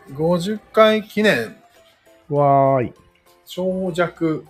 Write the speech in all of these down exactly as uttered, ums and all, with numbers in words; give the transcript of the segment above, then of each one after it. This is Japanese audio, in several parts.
ごじゅっかい記念わーい。 長尺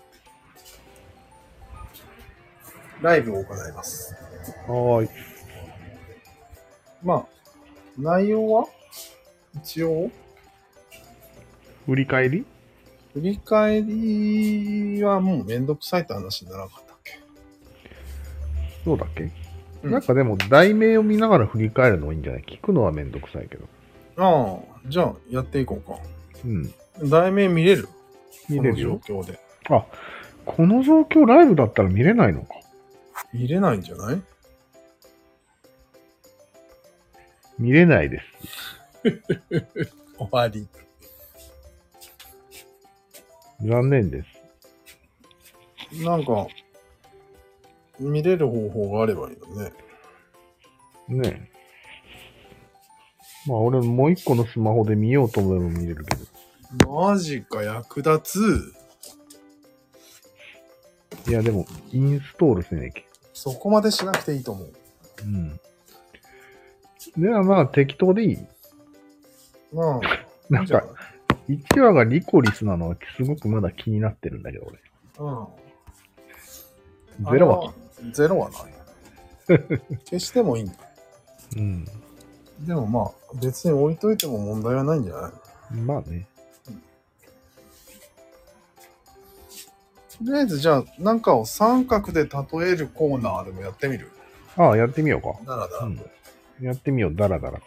ライブを行います。 はーい。 まあ、内容は一応、 振り返り振り返りはもうめんどくさいって話にならなかったっけ？ そうだっけ、 うん、 なんかでも、題名を見ながら振り返るのはいいんじゃない？聞くのはめんどくさいけど。 ああ、じゃあやっていこうか。 うん。 題名見れる？ 見れるよ。 この状況で。 あ、この状況ライブだったら見れないのか。 見れないんじゃない？ 見れないです。 終わり。 残念です。 なんか、見れる方法があればいいよね。 ねえ。まあ俺もう一個のスマホで見ようと思えば見れるけど。マジか、役立つ。 いやでも、インストールせねえけ。 そこまでしなくていいと思う。 うん。ではまあ適当でいい。 まあ、 なんか、いちわがリコリスなのはすごくまだ気になってるんだけど、俺。 うん。 ゼロはゼロはない。消してもいいんだ。 うん。 でもまあ、別に置いといても問題はないんじゃない？ まあね。 とりあえずじゃあ、なんかを三角で例えるコーナーでもやってみる？ ああ、やってみようか。 だらだらと、 うん。やってみよう、だらだらと。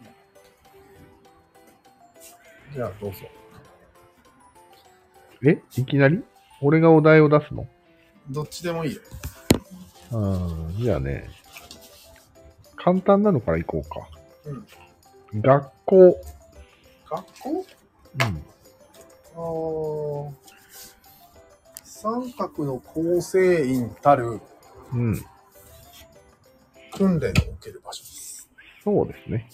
じゃあ、どうぞ。 え、いきなり俺がお題を出すの？ どっちでもいいよ。 うん、じゃあね、簡単なのからいこうか。 うん。 学校。 学校？ うん。 ああ。三角の構成員たる、 うん。 訓練を受ける場所です。 そうですね。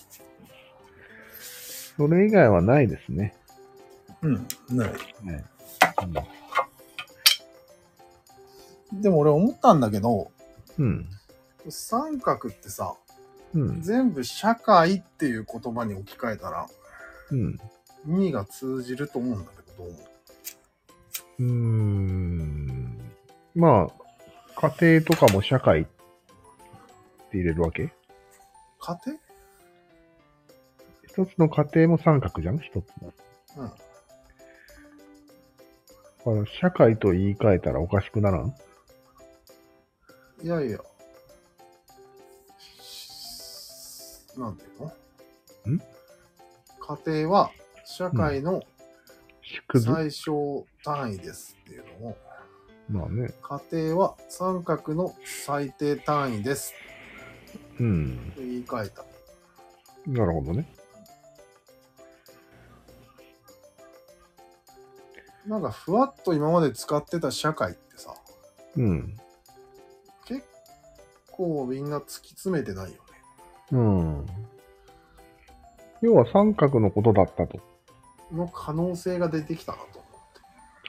それ以外はないですね。 うん、ない。 ね、 うん、でも俺思ったんだけど、 うん。 三角ってさ、 うん、 全部社会っていう言葉に置き換えたら、 うん、 意味が通じると思うんだけど、どう思う？ うーん。まあ、家庭とかも社会って入れるわけ？ 家庭？ 一つの家庭も三角じゃん、一つの。 うん。だから社会と言い換えたらおかしくならん？ いやいや。なんていうの？ ん？ 家庭は社会の縮図？ 最小単位ですっていうのを、 まあね。 家庭は三角の最低単位ですうん。 と言い換えた。 なるほどね。 なんかふわっと今まで使ってた社会ってさ、 うん。 結構みんな突き詰めてないよね。 うん。要は三角のことだったと。 の可能性が出てきたなと思って。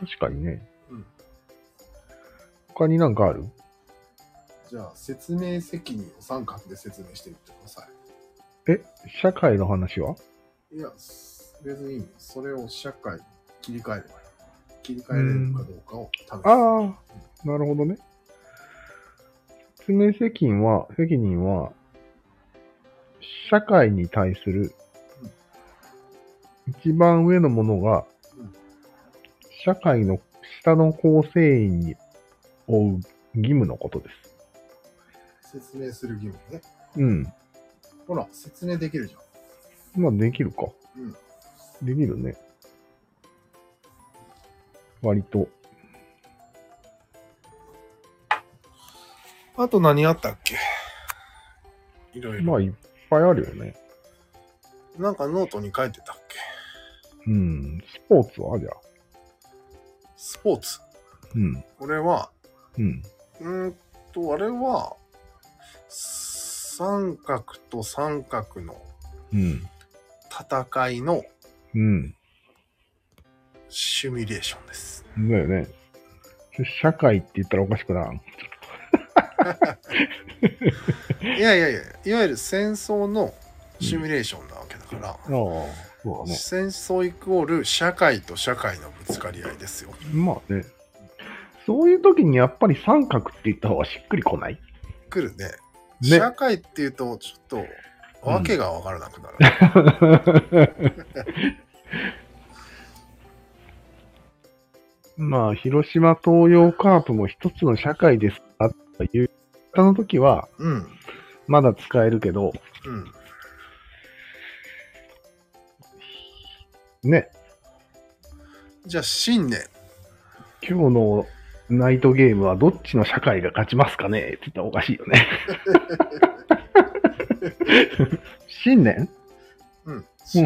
確かにね。 うん。 他になんかある？ じゃあ説明責任を三角で説明してみてください。 え、社会の話は？ いや、別にいい。それを社会に切り替えればいい。切り替えれるかどうかを試す。 ああ、なるほどね。説明責任は、責任は、社会に対する一番上のものが、社会の下の構成員に負う義務のことです。 説明する義務ね。 うん。 ほら、説明できるじゃん。まあ、できるか。 うん。 できるね。割と。 あと何あったっけ？いろいろ。 まあ、いっぱいあるよね。 なんかノートに書いてたっけ？ うん。スポーツはじゃあ。 スポーツ。 うん。 これは、 うん。 うーんと、あれは、三角と三角の戦いの、 うん。 シミュレーションです。 だよね。社会って言ったらおかしくならん。 いやいやいや、いわゆる戦争のシミュレーションなわけだから、 うん、 そうだね。 戦争イコール社会と社会のぶつかり合いですよ。 まあね。そういう時にやっぱり三角って言った方がしっくりこない？ 来るね。 ね。 社会っていうと、ちょっと、わけがわからなくなる。 うん、まあ、広島東洋カープも一つの社会ですかという方の時は、 うん。 まだ使えるけど、 うん。 ね。 じゃあ、新年。 今日のナイトゲームはどっちの社会が勝ちますかねって言ったらおかしいよね。信念？ うん。 うん。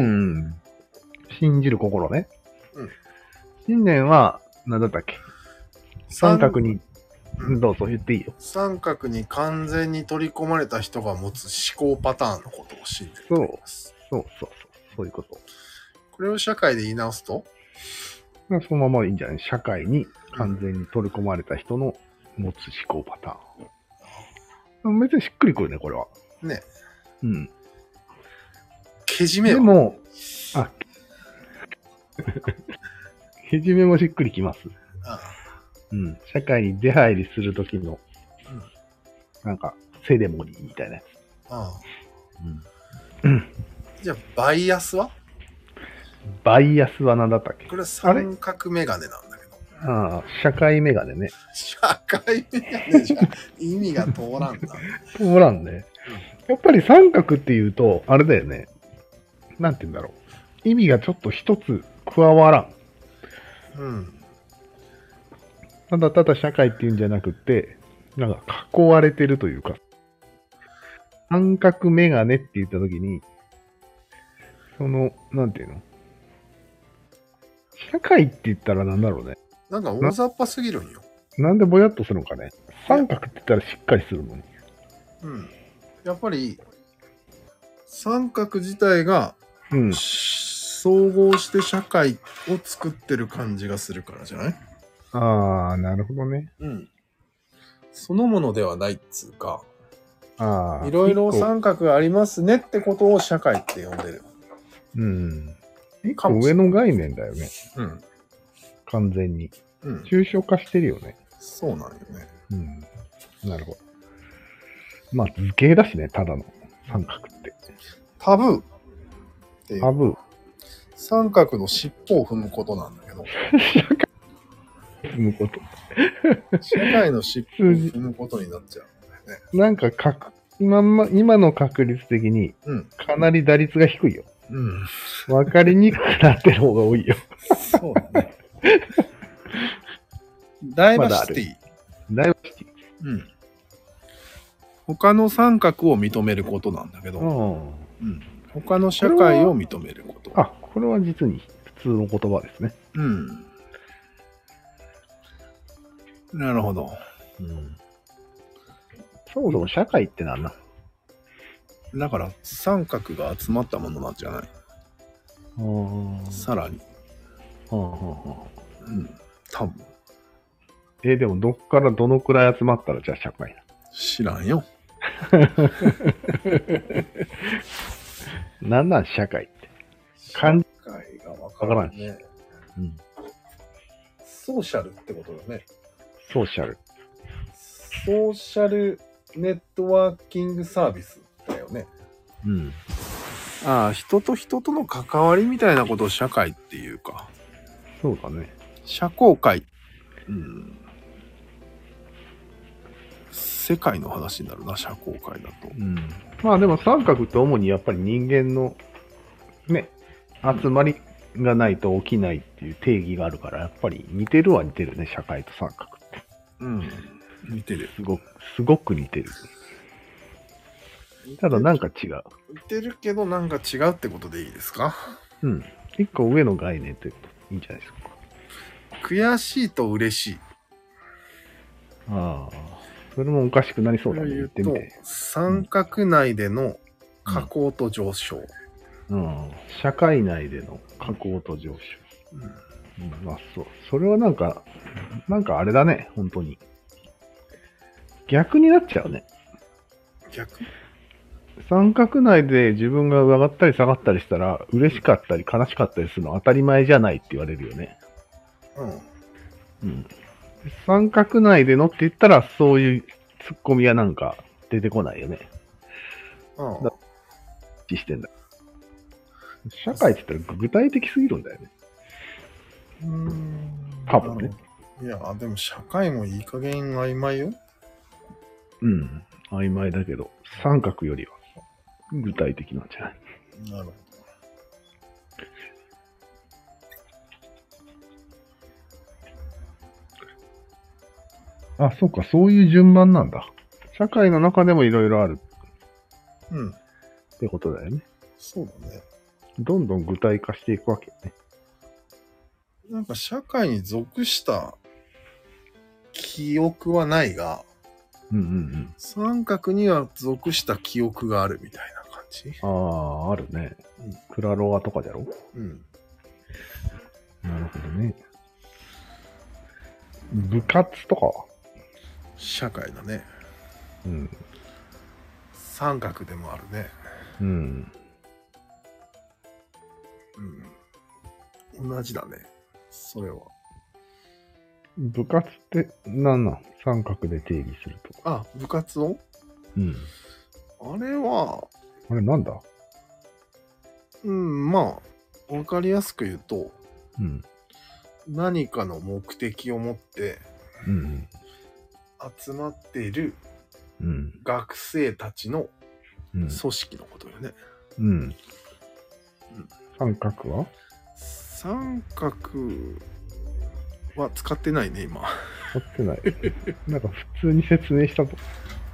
信じる心ね。 うん。 信念は、何だったっけ？三角に、 うん、 どうぞ言っていいよ。 三角に完全に取り込まれた人が持つ思考パターンのことを信念と言います。 そうそうそう。そういうこと。 これを社会で言い直すと？ そのままいいんじゃない？社会に完全に取り込まれた人の持つ思考パターン。うん、別にしっくりくるね、これは。 ね。 うん。 けじめは？ でも、あ、けじめもしっくりきます。 ああ、 うん。社会に出入りするときの、うん、なんか、セレモニーみたいなやつ。 ああ。 うん。 じゃあ、バイアスは？ バイアスは何だったっけ？ これは三角メガネなんだけど。 ああ、社会メガネね。 社会メガネじゃ意味が通らんな。 通らんね。やっぱり三角っていうと、あれだよね。なんて言うんだろう。意味がちょっと一つ加わらん。 うん。 ただただ社会っていうんじゃなくて、なんか囲われてるというか、三角メガネって言ったときに、その、なんていうの？社会って言ったらなんだろうね。 なんか大雑把すぎるんよ。 な、なんでぼやっとするのかね。三角って言ったらしっかりするのに。 うん。やっぱり、三角自体が、うん、総合して社会を作ってる感じがするからじゃない？ ああ、なるほどね。 うん。そのものではないっつうか、 ああ、 いろいろ三角ありますねってことを社会って呼んでる。 うん。一個上の概念だよね。 うん。 完全に。 うん。 抽象化してるよね。 そうなんよね。 うん。なるほど。まあ、図形だしね、ただの三角って。 タブーっていう。 タブー。 三角の尻尾を踏むことなんだけど。 踏むこと。 社会の尻尾を踏むことになっちゃうんだよね。 なんかか今、今の確率的に、かなり打率が低いよ。うん。わかりにくくなってる方が多いよ。 そうだね。ダイバーシティ。 ダイバーシティ。 うん。他の三角を認めることなんだけど、うん、他の社会を認めること。 あ、これは実に普通の言葉ですね。 うん。なるほど。 うん。そもそも社会ってなんだ？ だから三角が集まったものなんじゃない？あ、さらに。はあはあはあ、うん。多分。 えー、でもどっからどのくらい集まったらじゃあ社会な？ 知らんよ。 なんなん社会って。 社会がわからんね。 うん。 ソーシャルってことだね。 ソーシャル。 ソーシャルネットワーキングサービスだよね。 うん。 ああ、人と人との関わりみたいなことを社会っていうか。 そうだね。 社交界。うん。世界の話になるな、社交界だと。 うん。まあでも三角って主にやっぱり人間のね、集まりがないと起きないっていう定義があるから、やっぱり似てるは似てるね、社会と三角って。 うん。似てる。 すごく、すごく似てる。ただなんか違う。 似てるけどなんか違うってことでいいですか？ うん。一個上の概念っていいんじゃないですか。 悔しいと嬉しい。 ああ。それもおかしくなりそうだね。言ってみて。 三角内での下降と上昇。 うん。うん、社会内での下降と上昇。うん。うん、まあそう。それはなんか、なんかあれだね。本当に。逆になっちゃうね。 逆？ 三角内で自分が上がったり下がったりしたら、嬉しかったり悲しかったりするのは当たり前じゃないって言われるよね。 うん。 うん。三角内でのって言ったら、そういうツッコミはなんか出てこないよね。 うん。 だしてんだ。社会って言ったら具体的すぎるんだよね。 うーん。 多分ね。 いや、でも社会もいい加減曖昧よ。 うん。曖昧だけど、三角よりは具体的なんじゃない？ なるほど。あ、そうか、そういう順番なんだ。社会の中でもいろいろあるど。うん。 ってことだよね。 そうだね。 どんどん具体化していくわけよね。 なんか社会に属した記憶はないが、 うんうんうん。 三角には属した記憶があるみたいな感じ。 ああ、あるね。 うんクラロワとかじゃろ？ うん。 なるほどね。部活とかは？ 社会だね。 うん。 三角でもあるね。 うん。 うん。同じだね。それは。 部活って何なん？三角で定義すると。 あ、部活をうん。 あれは、 あれなんだ？ うん、まあ、わかりやすく言うと、 うん。 何かの目的を持ってうん。 集まっているうん。 学生たちのうん。 組織のことよね。 うん。三角は？ 三角は使ってないね、今。 使ってない。なんか普通に説明したと。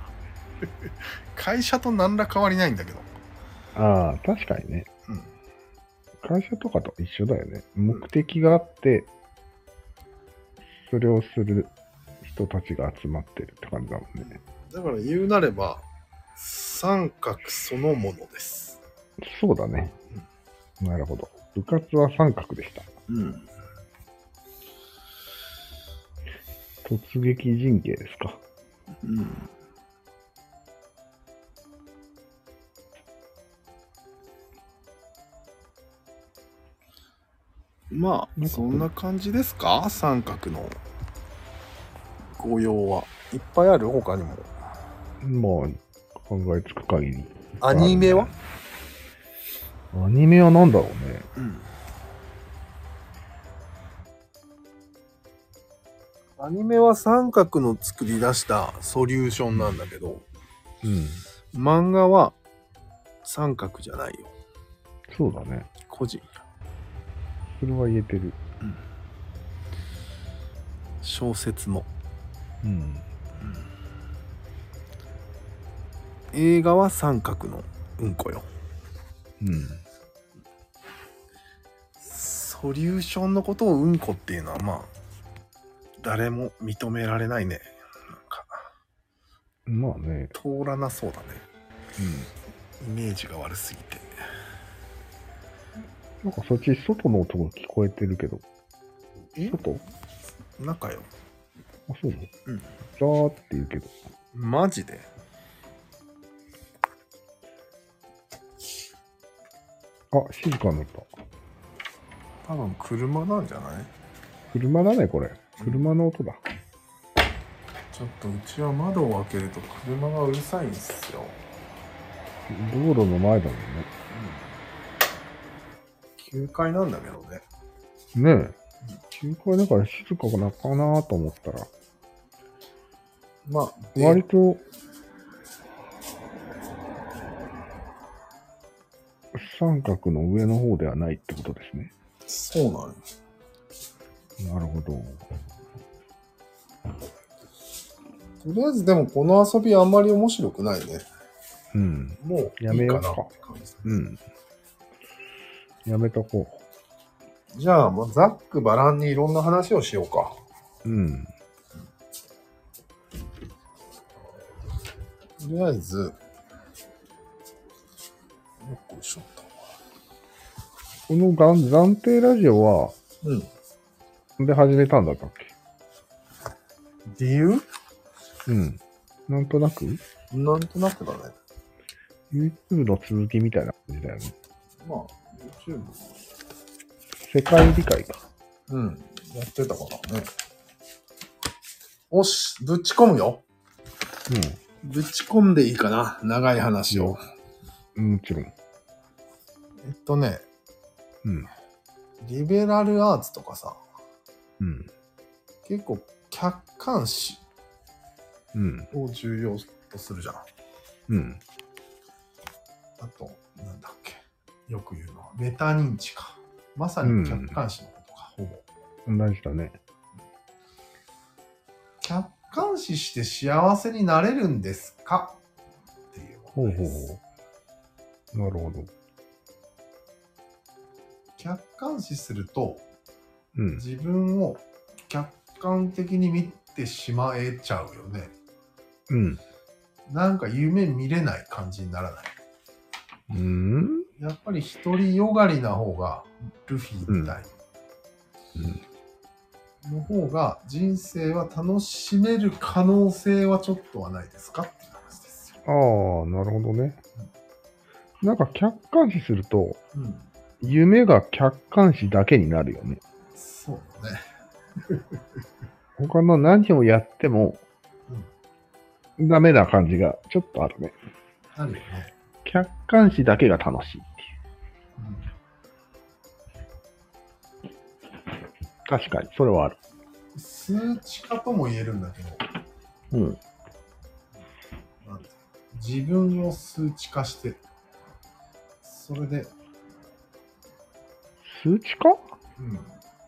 会社と何ら変わりないんだけど。 ああ、確かにね。 うん。 会社とかと一緒だよね。目的があって、それをする人たちが集まってるって感じだもんね。 だから言うなれば、三角そのものです。 そうだね。なるほど。部活は三角でした。 うん。 突撃陣形ですか。 うん。まあ、そんな感じですか？三角の誤用はいっぱいある？他にも。 まあ、考えつく限り。 アニメは？ アニメは何だろうね。 うん。アニメは三角の作り出したソリューションなんだけど、 うん。 漫画は三角じゃないよ。 そうだね。 個人。 それは言えてる。 うん。小説も。 うん。うん、 映画は三角のうんこよ。 うん。 ソリューションのことをうんこっていうのはまあ誰も認められないね。なんかまあね。 通らなそうだね。 うん。 イメージが悪すぎて。 なんかそっち外の音が聞こえてるけど。 え？ 外？ 中よ。 あ、そう？ うん。 ザーって言うけど。 マジで？ あ、静かになった。 多分車なんじゃない？ 車だね、これ。車の音だ。 ちょっとうちは窓を開けると車がうるさいんですよ。 道路の前だもんね。 きゅうかいなんだけどね。 ねえ。きゅうかいだから静かなかなと思ったら。 まあ、 割と、三角の上の方ではないってことですね。 そうなんよ。 なるほど。 とりあえずでもこの遊びあんまり面白くないね。 うん。 もういいかなやめようかって感じ。 うん。やめとこじゃあ、もうざっくばらんにいろんな話をしようか。 う。うん。 とりあえず、よっこいしょっと。 このがん暫定ラジオは、 うん。 で始めたんだったっけ？ 理由？ うん。なんとなくなんとなくだね。 YouTube の続きみたいな感じだよね。 まあ、YouTube。 世界理解か。 うん。やってたからね。おし、ぶち込むよ。うん。ぶち込んでいいかな。長い話を。 もちろん。 えっとね。 うん。 リベラルアーツとかさ。 うん。 結構客観視を重要とするじゃん。 うん。 あと、なんだっけ。よく言うのは、メタ認知か。まさに客観視のことか、うん、ほぼ。同じだね。 客観視して幸せになれるんですかっていうものです。ほうほう。なるほど。 客観視すると、 うん、 自分を客観的に見てしまえちゃうよね。 うん。 なんか夢見れない感じにならない。 うん。 やっぱり独りよがりな方が、ルフィみたい。 うんうんの方が人生は楽しめる可能性はちょっとはないですかっていう話ですよ。 ああ、なるほどね。うん、なんか客観視すると、 うん、 夢が客観視だけになるよね。 そうだね。 他の何をやっても、うん、ダメな感じがちょっとあるね。 あるよね。 客観視だけが楽しいっていう。うん、確かに、それはある。 数値化とも言えるんだけど、 うん。 なんて自分を数値化して、それで。 数値化？ うん。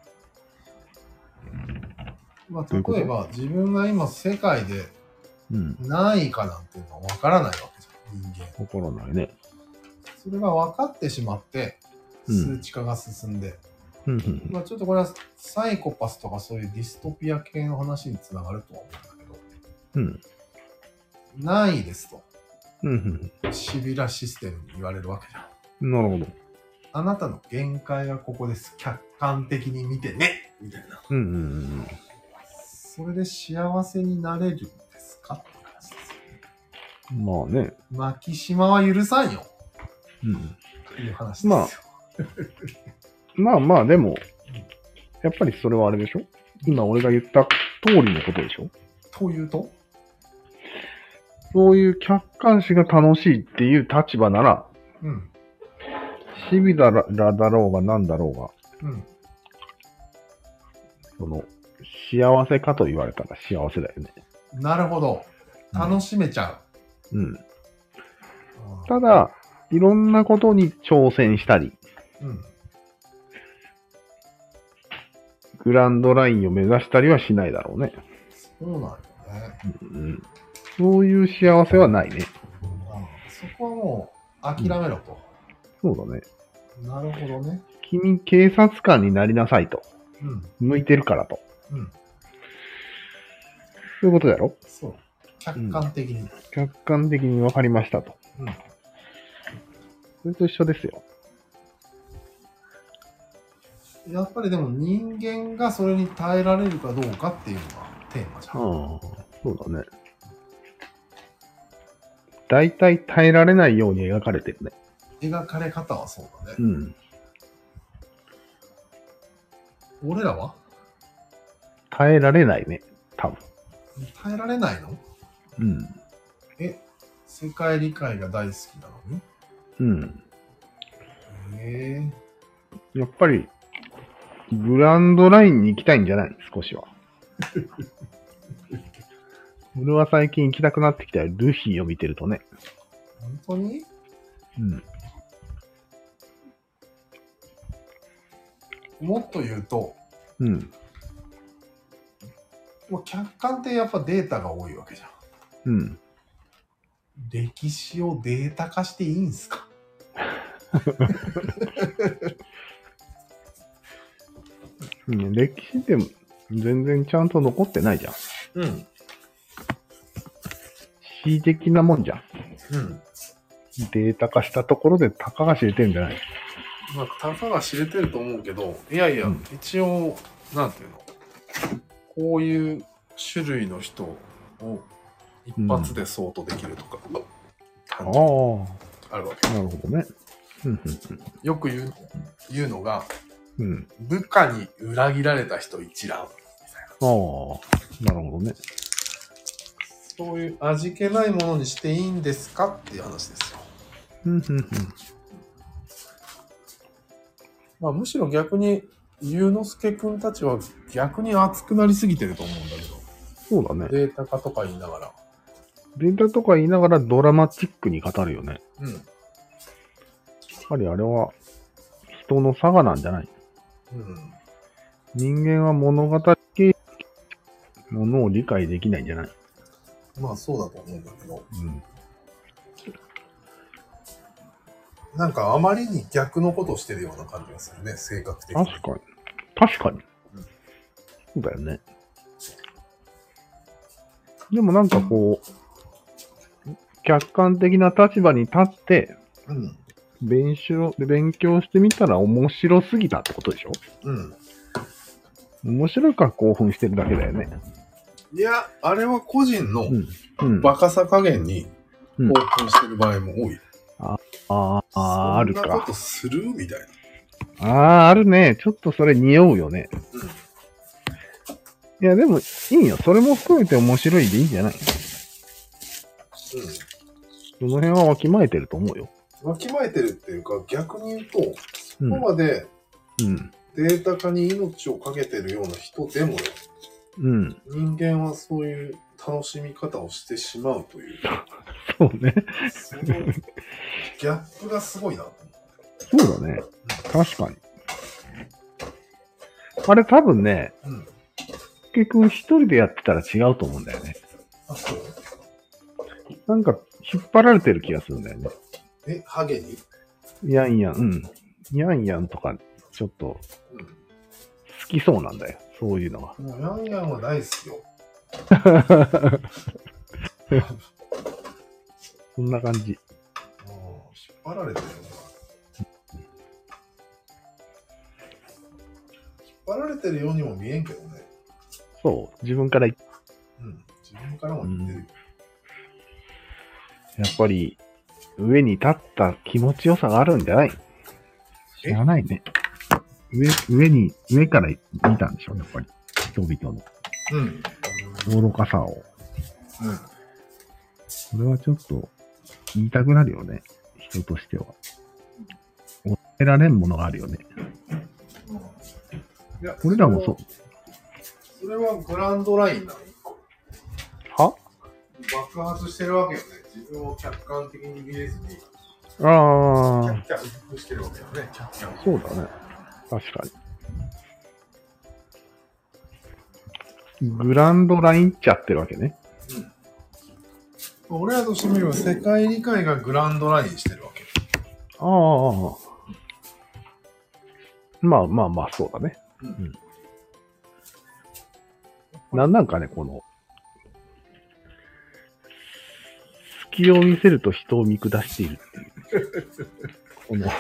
まあ、例えば、自分が今世界で何位かなんていうのは分からないわけじゃん、人間。 分からないね。 それが分かってしまって、数値化が進んで、 うん、 まあちょっとこれはサイコパスとかそういうディストピア系の話につながるとは思うんだけど、うん、ないですと、 うんうん、 シビラシステムに言われるわけじゃん。なるほど。 あなたの限界はここです。客観的に見てねみたいな。 うんうんうん。 それで幸せになれるんですかって話ですよね。 まあね。 マキシマは許さんよ。 うん。 っていう話ですよ。 まあまあまあ、でも、やっぱりそれはあれでしょ？今俺が言った通りのことでしょ？ というと？ そういう客観視が楽しいっていう立場なら、うん。シビララだろうが何だろうが、うん。その、幸せかと言われたら幸せだよね。 なるほど。楽しめちゃう。うん。うん、ただ、いろんなことに挑戦したり、うん。グランドラインを目指したりはしないだろうね。 そうなんよね。 うん。そういう幸せはないね。 ああ、そこはもう諦めろと。 うん、そうだね。 なるほどね。 君、警察官になりなさいと。うん。向いてるからと。うん。そういうことだろ？ そう。客観的に。うん、 客観的に分かりましたと。うん。それと一緒ですよ。 やっぱりでも人間がそれに耐えられるかどうかっていうのがテーマじゃん。 ああ、そうだね。大体耐えられないように描かれてるね。 描かれ方はそうだね。 うん。 俺らは耐えられないね、多分。 耐えられないの？ うん。 え、世界理解が大好きなのに？ うん。 へえ。やっぱり、グランドラインに行きたいんじゃない？少しは。俺は最近行きたくなってきたよ。ルフィを見てるとね。 本当に？ うん。 もっと言うと、 うん。 もう客観ってやっぱデータが多いわけじゃん。 うん。 歴史をデータ化していいんすか？ うん、歴史って全然ちゃんと残ってないじゃん。 うん。 恣意的なもんじゃん。 うん。 データ化したところでたかが知れてるんじゃない？ まあ、たかが知れてると思うけど、いやいや、うん、一応、なんていうの、こういう種類の人を一発で相当できるとか。 うん、ああ。 あるわけ。 なるほどね。うんよく言う、言うのが、 うんうん。 部下に裏切られた人一覧。 ああ、なるほどね。 そういう味気ないものにしていいんですかっていう話ですよ。 うんうんうん。 まあ、むしろ逆に、ゆうのすけくんたちは逆に熱くなりすぎてると思うんだけど。 そうだね。 データ化とか言いながら。 データとか言いながらドラマチックに語るよね。 うん。 やっぱりあれは人の差がなんじゃない？ うん。 人間は物語系ものを理解できないんじゃない？ まあそうだと思うんだけど。 うん。 なんかあまりに逆のことをしてるような感じがするね、性格的に。 確かに。確かに。 うん、 そうだよね。でもなんかこう、客観的な立場に立って、 うん。 勉強、勉強してみたら面白すぎたってことでしょ？ うん。 面白いから興奮してるだけだよね。 いや、あれは個人のうん。うん。 バカさ加減にうん興奮してる場合も多い。 ああ、ああるか。 そんなことするみたいな。 ああ、あるね。ちょっとそれ匂うよね。いや、でもいいよ。それも含めて面白いでいいんじゃない？ うん。 その辺はわきまえてると思うよ。 わきまえてるっていうか、逆に言うと、 うん。 そこまでうん。 データ化に命をかけてるような人でもね、 うん。 人間はそういう楽しみ方をしてしまうという、 そうね。 そのギャップがすごいなとそうだね。確かに。あれ多分ね、 思う。うん。 結局一人でやってたら違うと思うんだよね。 あ、そう。 なんか引っ張られてる気がするんだよね。 え、ハゲに？ ヤンヤン、うん。ヤンヤンとかちょっとうん。 好きそうなんだよ。そういうのが。 もうヤンヤンは大好きよ。 そんな感じ。 ああ、引っ張られてるよな。引っ張られてるようにも見えんけどね。 そう。自分から言っうん。自分からも言ってるよ。 やっぱり上に立った気持ちよさがあるんじゃない？知らないね。上、上に、上から見たんでしょ、やっぱり。人々のうん。 愚かさを。 うん。 それはちょっと言いたくなるよね。人としては。抑えられんものがあるよね。 いや俺らもそう。 それはグランドラインなの。 は？ 爆発してるわけよね。自分を客観的に見れずに、キああ、 ャッキャッしてるわけよね。キャッキャッ。 そうだね。確かに。グランドラインっちゃってるわけね。 うん。俺らとしてみれば世界理解がグランドラインしてるわけ。 ああ。まあまあまあ、そうだね。 うん。 うん、なんなんかね、この、隙を見せると人を見下しているっていう。この、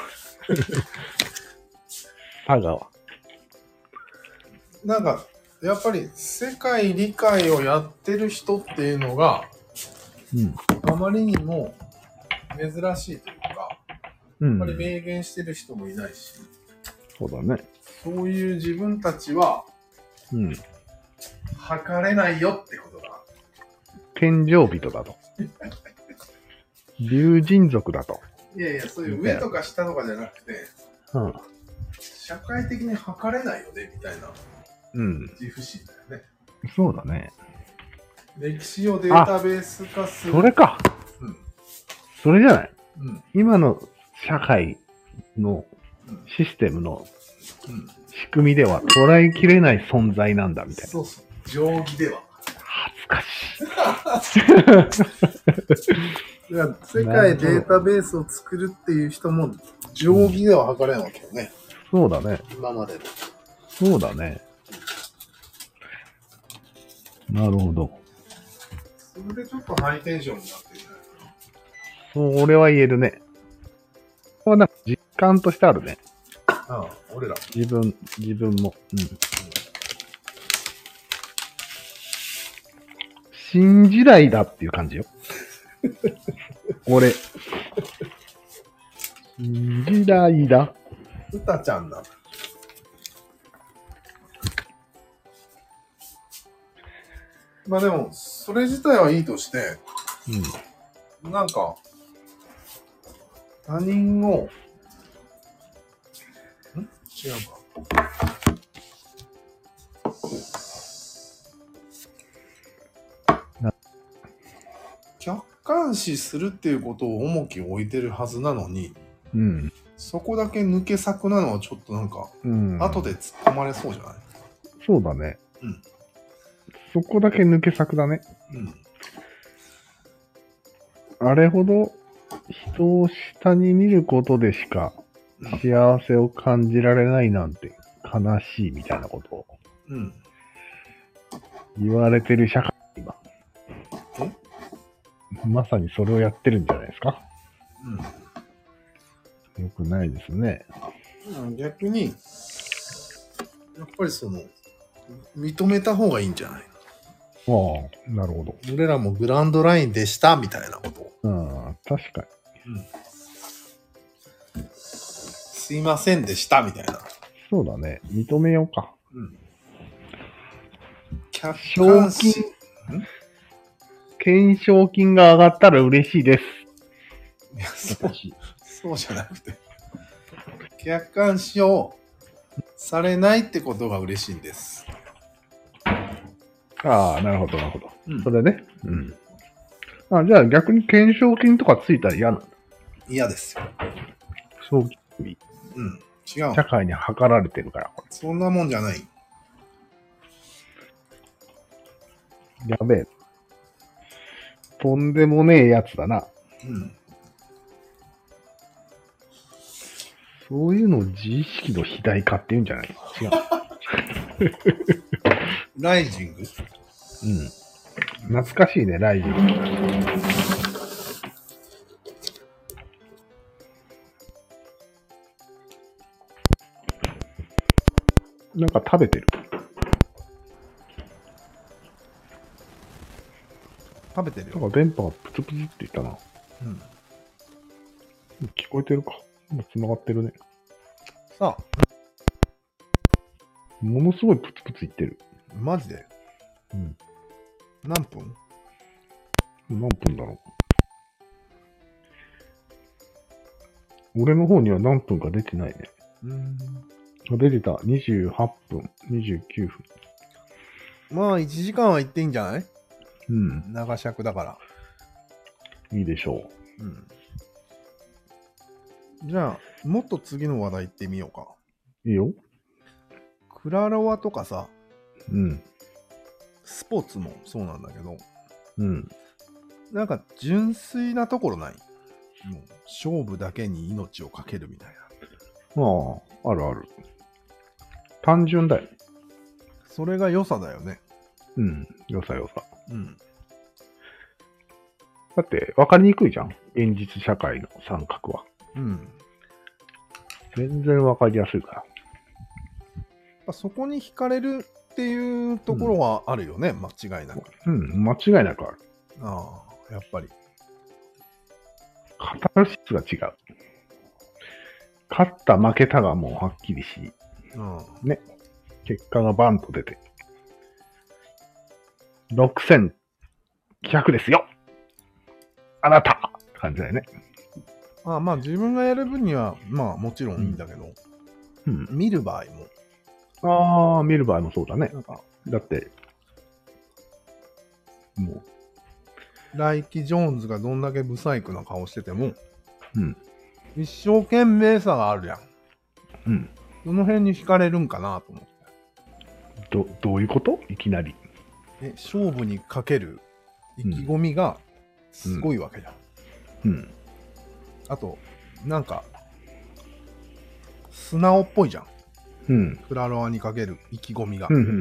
差が。 なんか、やっぱり世界理解をやってる人っていうのが、 うん。 あまりにも珍しいというか、 うん。 やっぱり明言してる人もいないし、 そうだね。 そういう自分たちは、 うん。 測れないよってことだ。 天上人だと。竜神族だと。 いやいや、そういう上とか下とかじゃなくて、 うん。 社会的に測れないよね、みたいなうん。 自負心だよね。 そうだね。 歴史をデータベース化する。 それか。 うん。 それじゃない。 うん。 今の社会のシステムのうん。 仕組みでは捉えきれない存在なんだみたいな。 そうそう。定規では。 恥ずかしい。 いや、世界データベースを作るっていう人も定規では測れないわけよね。 そうだね。 今までの。 そうだね。なるほど。 それでちょっとハイテンションになってるじゃないかな。 そう、俺は言えるね。これはなんか実感としてあるね。 ああ、俺ら。 自分、自分も。うん。新時代だっていう感じよ。俺。 時代だ。 うたちゃんだ。まあでも、それ自体はいいとして、うん、なんか、他人を、ん違うか。客観視するっていうことを重きを置いてるはずなのに、うん、そこだけ抜け作なのはちょっとなんか、うん、後で突っ込まれそうじゃない？ そうだね。うん。そこだけ抜け作だね。うん。あれほど人を下に見ることでしか幸せを感じられないなんて悲しいみたいなことを言われてる社会今。まさにそれをやってるんじゃないですか。うん。よくないですね。 逆に、やっぱりその、認めた方がいいんじゃないの？ああ、なるほど。 俺らもグランドラインでしたみたいなことを。 うん、確かに。 うん。すいませんでしたみたいな。 そうだね。認めようか。うん。 客観視。 懸賞金が上がったら嬉しいです。 いや、そう、そうじゃなくて。客観視をされないってことが嬉しいんです。 ああ、なるほど、なるほど。うん、それね。うん。あ、じゃあ逆に懸賞金とかついたら嫌なの？ 嫌ですよ。 賞金日。 うん。違う。 社会に測られてるから。 そんなもんじゃない。 やべえ。とんでもねえやつだな。うん。そういうのを自意識の肥大化って言うんじゃない？違う。 ライジング？ うん。懐かしいね、ライジング。なんか食べてる。 食べてるよ。 なんか電波がプツプツって言ったな。うん。聞こえてるか。今繋がってるね。 さあ。 ものすごいプツプツ言ってる。 マジで？うん。何分？ 何分だろう。俺の方には何分か出てないね。うん。出てた。にじゅうはっぷん、にじゅうきゅうふん。まあ、いちじかんは行っていいんじゃない？ うん。 長尺だから。 いいでしょう。 うん。じゃあ、もっと次の話題行ってみようか。 いいよ。 クラロワとかさ、 うん。 スポーツもそうなんだけど、 うん。 なんか純粋なところない？もう勝負だけに命をかけるみたいな。ああ、あるある。単純だよ。 それが良さだよね。 うん。良さ良さ。 うん。 だって、わかりにくいじゃん。現実社会の三角は。 うん。 全然わかりやすいから。 そこに惹かれるっていうところはあるよね、うん、間違いなく。 うん、間違いなくある。 ああ、やっぱり。 カタルシスが違う。勝った負けたがもうはっきりし、うん、ね。結果がバンと出て。ろくせんひゃくですよあなたって感じだよね。 ああ、まあ自分がやる分には、まあもちろんいいんだけど、うん、見る場合も。ああ、見る場合もそうだね。なんかだって、もう。ライキ・ジョーンズがどんだけブサイクな顔してても、 うん、 一生懸命さがあるやん。 うん。 その辺に惹かれるんかなと思って。 ど、どういうこと？いきなり。 え、勝負にかける意気込みがすごいわけじゃん。 うん。うん、 あと、なんか、素直っぽいじゃん。うん。クラロワにかける意気込みが。 うん、うん、うん、うん。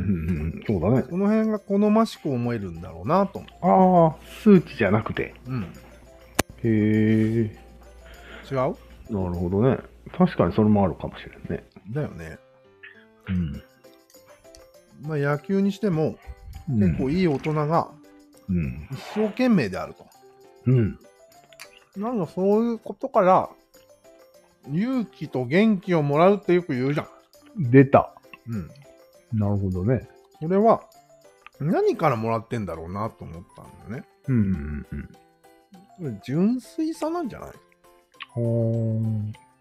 そうだね。 その辺が好ましく思えるんだろうなと思って。 ああ、数値じゃなくて。 うん。 へえ。 違う？ なるほどね。確かにそれもあるかもしれんね。 だよね。 うん。 まあ野球にしても、うん、結構いい大人が、 うん、 一生懸命であると。 うん。 なんかそういうことから、 勇気と元気をもらうってよく言うじゃん。 出た。 うん。 なるほどね。 それは、何からもらってんだろうなと思ったんだよね。 うんうんうん。 これ純粋さなんじゃない？ ほー。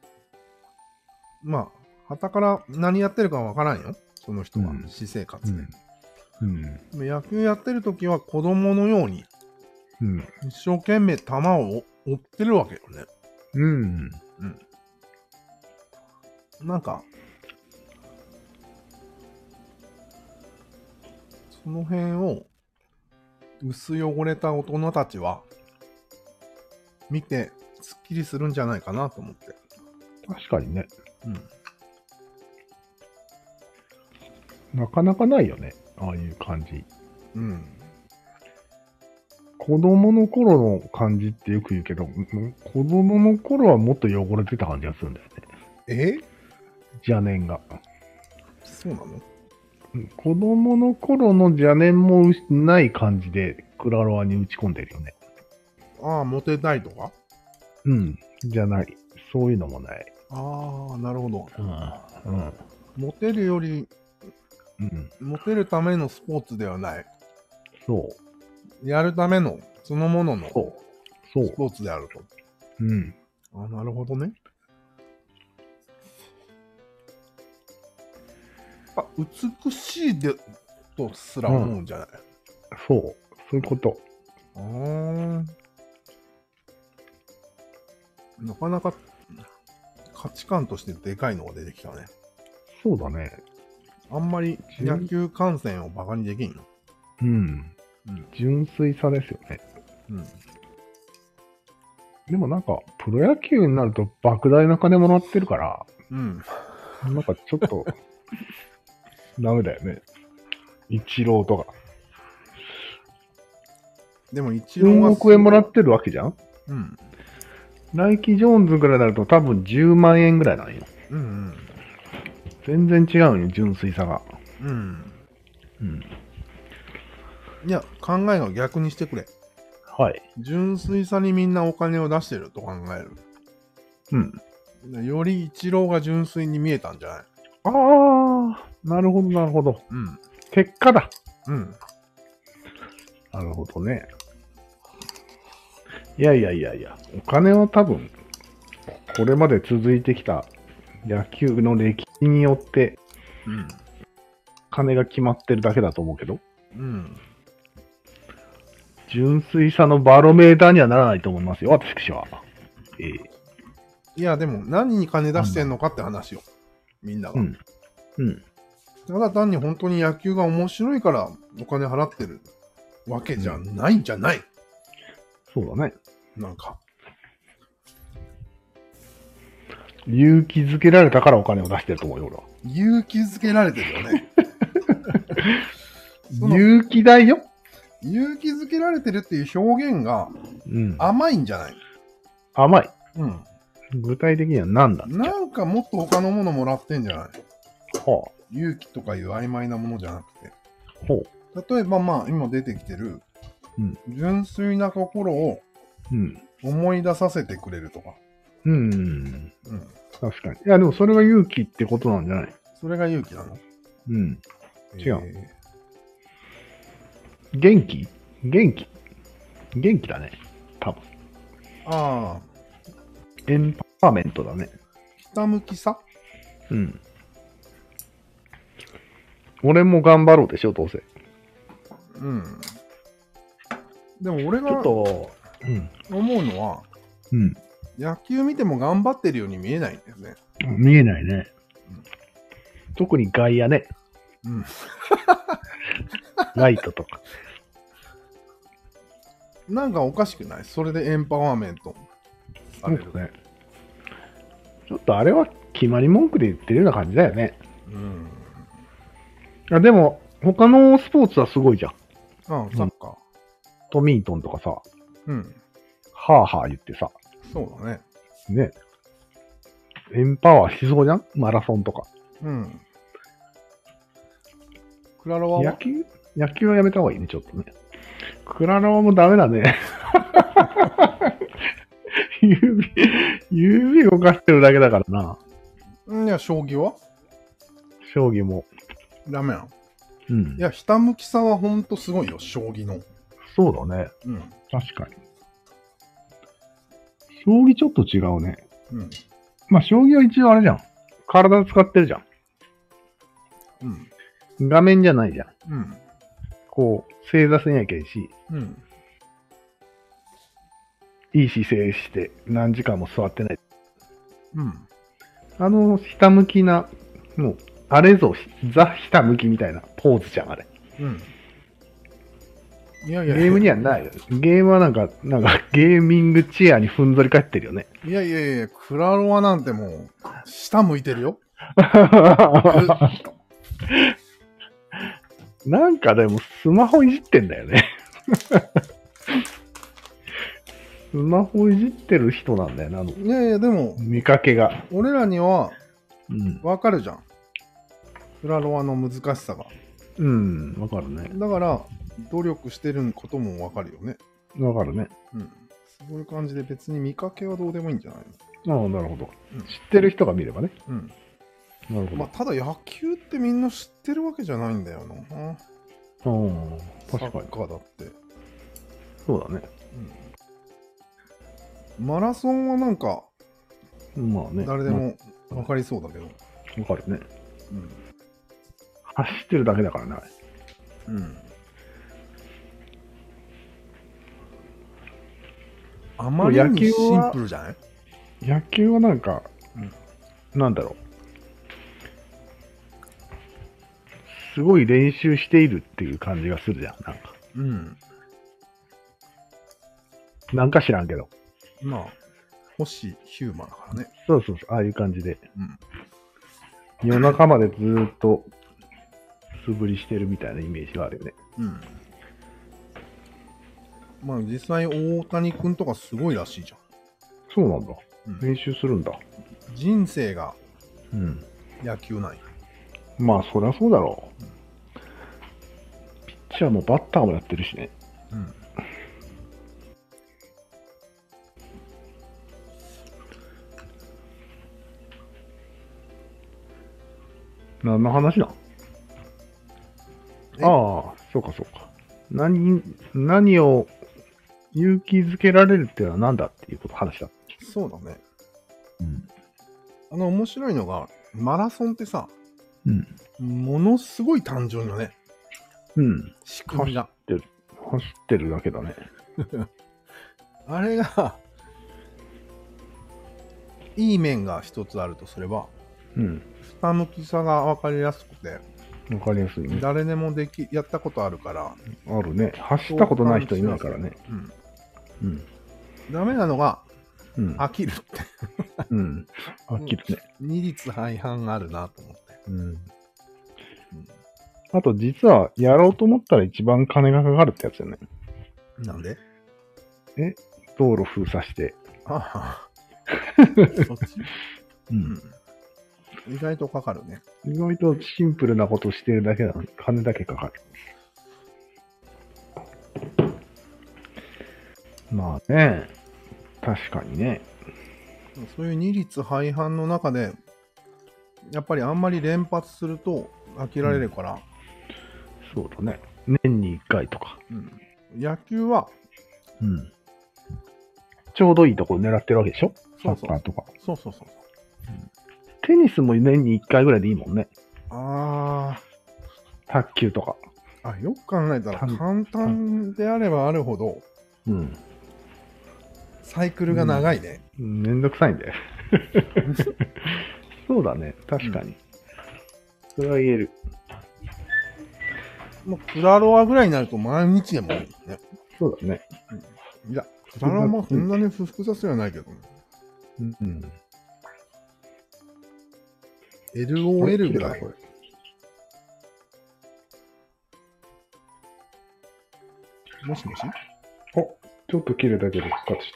まあ、傍から何やってるかわからんよ。その人は、 うん、 私生活で。 うん。 でも野球やってる時は子供のように、 うん。 一生懸命球を追ってるわけよね。 うん。 うん。なんか、その辺を、薄汚れた大人たちは、見て、すっきりするんじゃないかなと思って。 確かにね。 うん。 なかなかないよね。ああいう感じ。 うん。 子供の頃の感じってよく言うけど、子供の頃はもっと汚れてた感じがするんだよね。 え邪念が。 そうなの？ 子供の頃の邪念もない感じでクラロワに打ち込んでるよね。 ああ、モテたいとか？ うん。じゃない。そういうのもない。 ああ、なるほど。 うん。うん。 モテるより、 うん。 モテるためのスポーツではない。 そう。 やるための、そのもののそう。そう。 スポーツであると。 うん。 ああ、なるほどね。あ、美しいで、とすら思うんじゃない？ そう。そういうこと。 ああ。なかなか価値観としてでかいのが出てきたね。 そうだね。 あんまり野球観戦をバカにできんよ。 うん。 うん。 純粋さですよね。 うん。 でもなんか、プロ野球になると莫大な金もらってるから、 うん。 なんかちょっと、ダメだよね。イチローとか。 でも一郎はよんおく円もらってるわけじゃん。 うん。 ナイキ・ジョーンズぐらいになると多分じゅうまんえんぐらいなんよ。 うんうん。 全然違うよ、純粋さが。 うん。 うん。 いや、考えが逆にしてくれ。 はい。 純粋さにみんなお金を出してると考える。 うん。 より一郎が純粋に見えたんじゃない？ ああ、なるほど、なるほど。 うん。 結果だ。 うん。 なるほどね。いやいやいやいや、お金は多分、これまで続いてきた野球の歴史によって、 うん。 金が決まってるだけだと思うけど、 うん。 純粋さのバロメーターにはならないと思いますよ、私は。ええ。 いや、でも何に金出してんのかって話よ。みんなが。 うん。うん。 ただ単に本当に野球が面白いからお金払ってるわけじゃないんじゃない？ そうだね。 なんか。 勇気づけられたからお金を出してると思うよ、俺は。 勇気づけられてるよね。 勇気だよ。 勇気づけられてるっていう表現が甘いんじゃない？ 甘い。 うん。 具体的には何だっけ？ なんかもっと他のものもらってんじゃない？ はあ。 勇気とかいう曖昧なものじゃなくて。 ほう。例えばまあ今出てきてる、 うん、 純粋な心を思い出させてくれるとか。 うん。うん。うん。確かに。いやでもそれが勇気ってことなんじゃない？ それが勇気なの？ うん。違う。 えー、元気？元気元気だね。多分。 ああ。 エンパワーメントだね。 ひたむきさ？ うん。俺も頑張ろうでしょ、どうせ。 うん。でも俺がちょっと、 うん、思うのは、 うん。 野球見ても頑張ってるように見えないんですね。 見えないね。うん、特に外野ね。 うん。 ライトとか。 なんかおかしくない？それでエンパワーメントされる。 そうね。ちょっとあれは決まり文句で言ってるような感じだよね。 うん。 あでも、他のスポーツはすごいじゃん。 ああ、サッカー、うん。 トミートンとかさ。 うん。 はぁはぁ言ってさ。 そうだね。 ね。エンパワーしそうじゃん？マラソンとか。 うん。クラロワは野球野球はやめた方がいいね、ちょっとね。クラロワもダメだね。指、 指動かしてるだけだからな。 いや、将棋は将棋も。 ダメなの。 うん。 いや、ひたむきさはほんとすごいよ、将棋の。 そうだね。 うん。 確かに。将棋ちょっと違うね。 うん。 まあ、将棋は一応あれじゃん。体使ってるじゃん。 うん。 画面じゃないじゃん。 うん。 こう、正座せなきゃいいし、 うん。 いい姿勢して何時間も座ってない。 うん。 あの、ひたむきな、もう、あれぞ、ザ・ひたむきみたいなポーズじゃん、あれ。 うん。いやいやゲームにはないよ。ゲームはなんか、なんか、ゲーミングチェアにふんぞり返ってるよね。 いやいやいや、クラロワなんてもう、下向いてるよ。 なんかでも、スマホいじってんだよね。スマホいじってる人なんだよな、あのいやいや、でも、 見かけが。 俺らには、 うん。 わかるじゃん。クラロワの難しさが。 うん、わかるね。 だから、努力してることもわかるよね。 わかるね。 うん。そういう感じで別に見かけはどうでもいいんじゃないの？ ああ、なるほど。 うん知ってる人が見ればね。 うん。 なるほど。 まあ、ただ野球ってみんな知ってるわけじゃないんだよな。 ああ、 サ確かにッ。カーだって。 そうだね。 うん。マラソンはなんか、 まあね。 誰でもわかりそうだけど。 わかるね。 うん。 走ってるだけだからね。 うん。あまりにシンプルじゃない？ 野球はなんか、 うん、 なんだろう。すごい練習しているっていう感じがするじゃん。なんか。 うん。 なんか知らんけど。 まあ、星ヒューマンだからね。 そうそうそう。ああいう感じで。 うん。 夜中までずーっと素振りしてるみたいなイメージがあるよね。 うん。まあ実際大谷君とかすごいらしいじゃん。 そうなんだ。 うん、 練習するんだ。 人生がうん。 野球ない。 まあそりゃそうだろう。うん、ピッチャーもバッターもやってるしね。 うん。 何の話だ？ああ、そうかそうか。何、何を勇気づけられるっていうのは何だっていうこと話だ。 そうだね。 うん。 あの面白いのが、マラソンってさ、 うん。 ものすごい単純よね。 うん。 仕組みが。 走ってる。走ってるだけだね。 あれが、いい面が一つあるとすれば、 うん。 下向きさが分かりやすくて、 わかりやすいね。 誰でもでき、やったことあるから。 あるね。走ったことない人いないからね。 うん。 うん。 ダメなのが、 うん。 飽きるって。 うん。飽きるね。 二律背反あるなと思って。 うん。あと、実は、やろうと思ったら一番金がかかるってやつよね。 なんで？ え道路封鎖して。 ああ。そっち？ うん。 意外とかかるね。 意外とシンプルなことしてるだけなのに、金だけかかる。まあね。確かにね。 そういう二律背反の中で、やっぱりあんまり連発すると飽きられるから。 うん、そうだね。年にいっかいとか。 うん、野球は、 うん。ちょうどいいところ狙ってるわけでしょ？サッカーとか。 そうそうそう。 うん、テニスも年にいっかいぐらいでいいもんね。 ああ。卓球とか。 あ、よく考えたら簡単であればあるほど、 うん。 サイクルが長いね。 うん、めんどくさいんだよ。そうだね。確かに。うん、それは言える。 もうクラロワぐらいになると毎日でもいいね。 そうだね。 うん、いや、クラロワもそんなに複雑ではないけどね。 うん。うん、 エルオーエル ぐらい。もしもし？ お、ちょっと切れたけど復活した。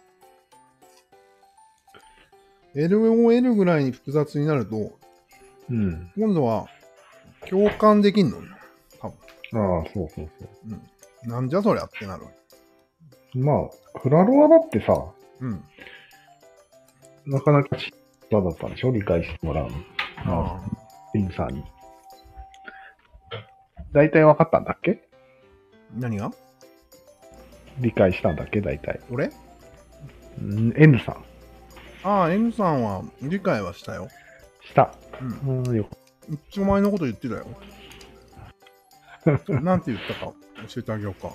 エルオーエル ぐらいに複雑になると、 うん、 今度は共感できんのよ。多分。ああ、そうそうそう。 うん。なんじゃそりゃってなる。 まあ、クラロワだってさ、 うん。 なかなかちっだったんでしょ、理解してもらうの。 ああ。 リンさんに。大体分かったんだっけ？ 何が？ 理解したんだっけ大体。 俺？ ん N さん。 ああ、N さんは理解はしたよ。 した。 うん。 うん、よ一応前のこと言ってたよ。なんて言ったか教えてあげようか。